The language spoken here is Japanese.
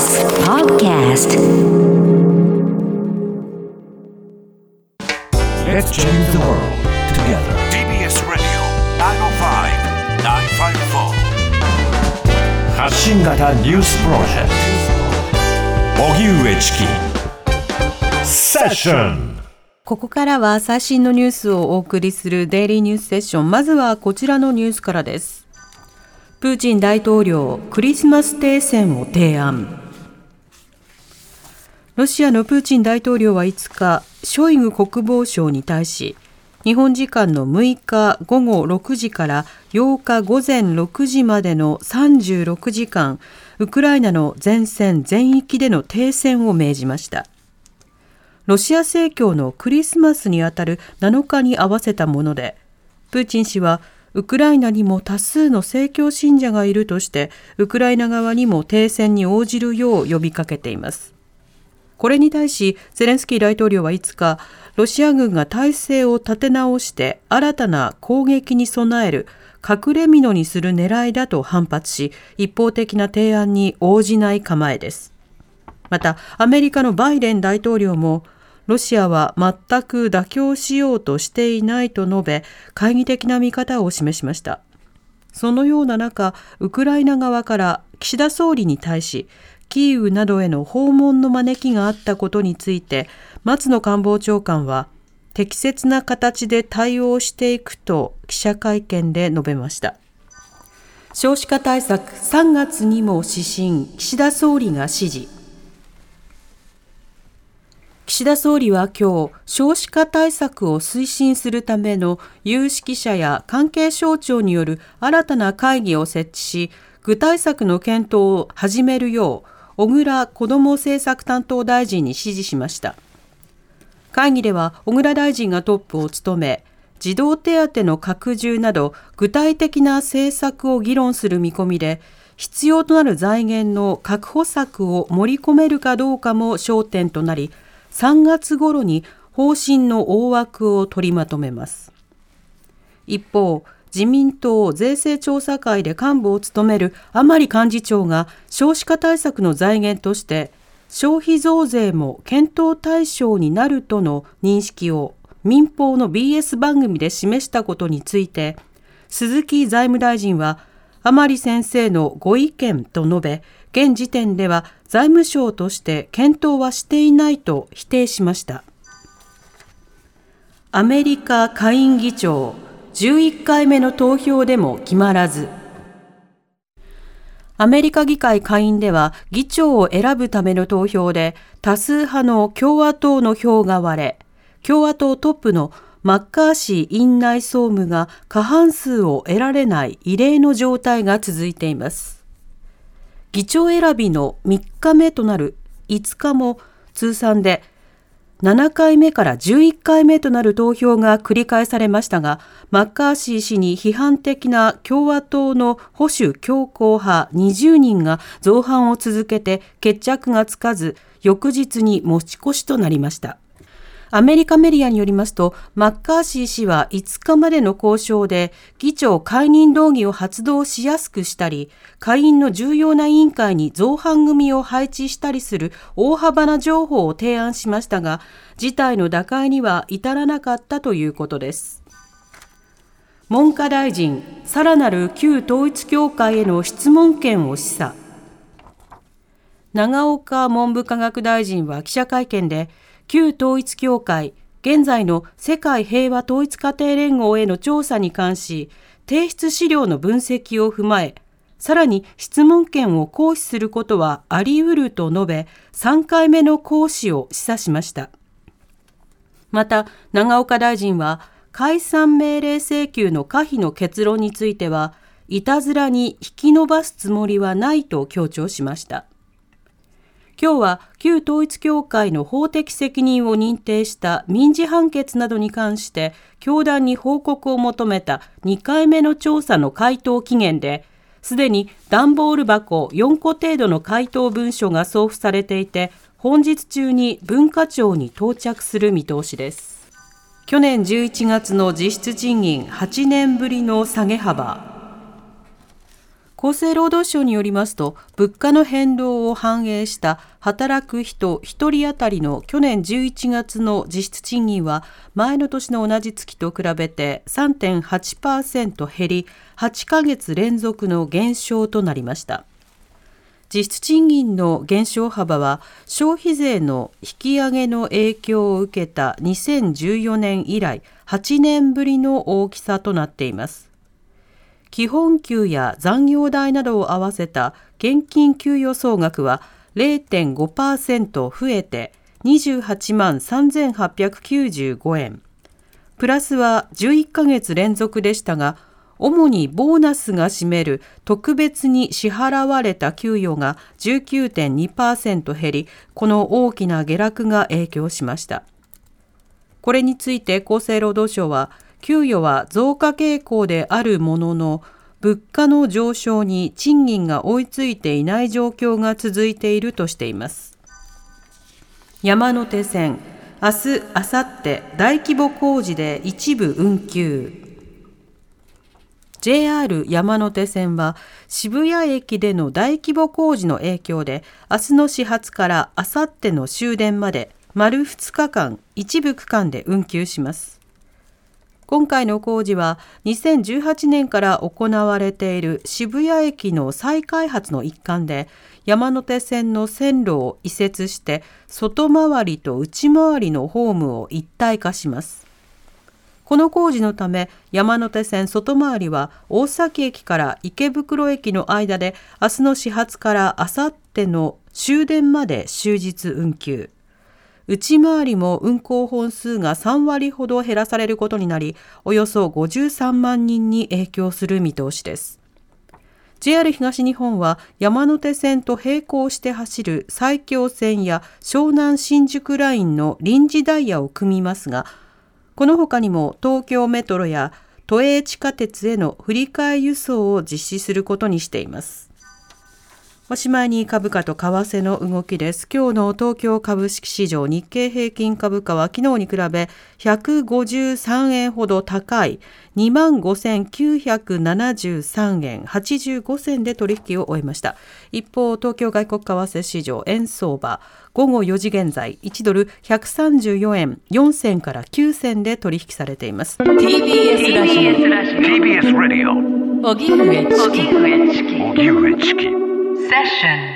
TBS Podcast. Let's change the world together. TBS Radio 905-954 発信型ニュースプロジェクト荻上チキセッション。 ここからは最新のニュースをお送りするデイリーニュースセッション。まずはこちらのニュースからです。プーチン大統領、クリスマス停戦を提案。ロシアのプーチン大統領は5日、ショイグ国防相に対し、日本時間の6日午後6時から8日午前6時までの36時間、ウクライナの全線全域での停戦を命じました。ロシア正教のクリスマスにあたる7日に合わせたもので、プーチン氏はウクライナにも多数の正教信者がいるとして、ウクライナ側にも停戦に応じるよう呼びかけています。これに対し、ゼレンスキー大統領は5日、ロシア軍が態勢を立て直して新たな攻撃に備える隠れ蓑にする狙いだと反発し、一方的な提案に応じない構えです。また、アメリカのバイデン大統領も、ロシアは全く妥協しようとしていないと述べ、懐疑的な見方を示しました。そのような中、ウクライナ側から岸田総理に対し、キーウなどへの訪問の招きがあったことについて、松野官房長官は、適切な形で対応していくと記者会見で述べました。少子化対策、3月にも指針、岸田総理が指示。岸田総理は今日、少子化対策を推進するための有識者や関係省庁による新たな会議を設置し、具体策の検討を始めるよう、小倉こども政策担当大臣に指示しました。会議では小倉大臣がトップを務め、児童手当の拡充など具体的な政策を議論する見込みで、必要となる財源の確保策を盛り込めるかどうかも焦点となり、3月頃に方針の大枠を取りまとめます。一方、自民党税制調査会で幹部を務める甘利幹事長が少子化対策の財源として消費増税も検討対象になるとの認識を民放の BS 番組で示したことについて、鈴木財務大臣は甘利先生のご意見と述べ、現時点では財務省として検討はしていないと否定しました。アメリカ下院議長11回目の投票でも決まらず。アメリカ議会下院では議長を選ぶための投票で多数派の共和党の票が割れ、共和党トップのマッカーシー院内総務が過半数を得られない異例の状態が続いています。議長選びの3日目となる5日も通算で7回目から11回目となる投票が繰り返されましたが、マッカーシー氏に批判的な共和党の保守強硬派20人が造反を続けて決着がつかず、翌日に持ち越しとなりました。アメリカメディアによりますと、マッカーシー氏は5日までの交渉で議長解任動議を発動しやすくしたり、下院の重要な委員会に造反組を配置したりする大幅な譲歩を提案しましたが、事態の打開には至らなかったということです。文科大臣、さらなる旧統一教会への質問権を示唆。永岡文部科学大臣は記者会見で、旧統一教会、現在の世界平和統一家庭連合への調査に関し、提出資料の分析を踏まえ、さらに質問権を行使することはあり得ると述べ、3回目の行使を示唆しました。また、永岡大臣は、解散命令請求の可否の結論については、いたずらに引き延ばすつもりはないと強調しました。今日は旧統一教会の法的責任を認定した民事判決などに関して教団に報告を求めた2回目の調査の回答期限で、すでに段ボール箱4個程度の回答文書が送付されていて、本日中に文化庁に到着する見通しです。去年11月の実質賃金8年ぶりの下げ幅。 厚生労働省によりますと、物価の変動を反映した働く人1人当たりの去年11月の実質賃金は前の年の同じ月と比べて 3.8% 減り、8ヶ月連続の減少となりました。実質賃金の減少幅は消費税の引き上げの影響を受けた2014年以来8年ぶりの大きさとなっています。基本給や残業代などを合わせた現金給与総額は 0.5% 増えて28万3895円。プラスは11ヶ月連続でしたが、主にボーナスが占める特別に支払われた給与が 19.2% 減り、この大きな下落が影響しました。これについて厚生労働省は、給与は増加傾向であるものの、物価の上昇に賃金が追いついていない状況が続いているとしています。山手線、明日・明後日大規模工事で一部運休。JR 山手線は渋谷駅での大規模工事の影響で、明日の始発から明後日の終電まで丸2日間一部区間で運休します。今回の工事は2018年から行われている渋谷駅の再開発の一環で、山手線の線路を移設して外回りと内回りのホームを一体化します。この工事のため山手線外回りは大崎駅から池袋駅の間で明日の始発から明後日の終電まで終日運休。内回りも運行本数が3割ほど減らされることになり、およそ53万人に影響する見通しです。JR 東日本は山手線と並行して走る埼京線や湘南新宿ラインの臨時ダイヤを組みますが、この他にも東京メトロや都営地下鉄への振り替え輸送を実施することにしています。おしまいに株価と為替の動きです。今日の東京株式市場、日経平均株価は昨日に比べ153円ほど高い 25,973 円85銭で取引を終えました。一方、東京外国為替市場、円相場午後4時現在1ドル134円4銭から9銭で取引されています。 TBS ラジオ荻上チキセッション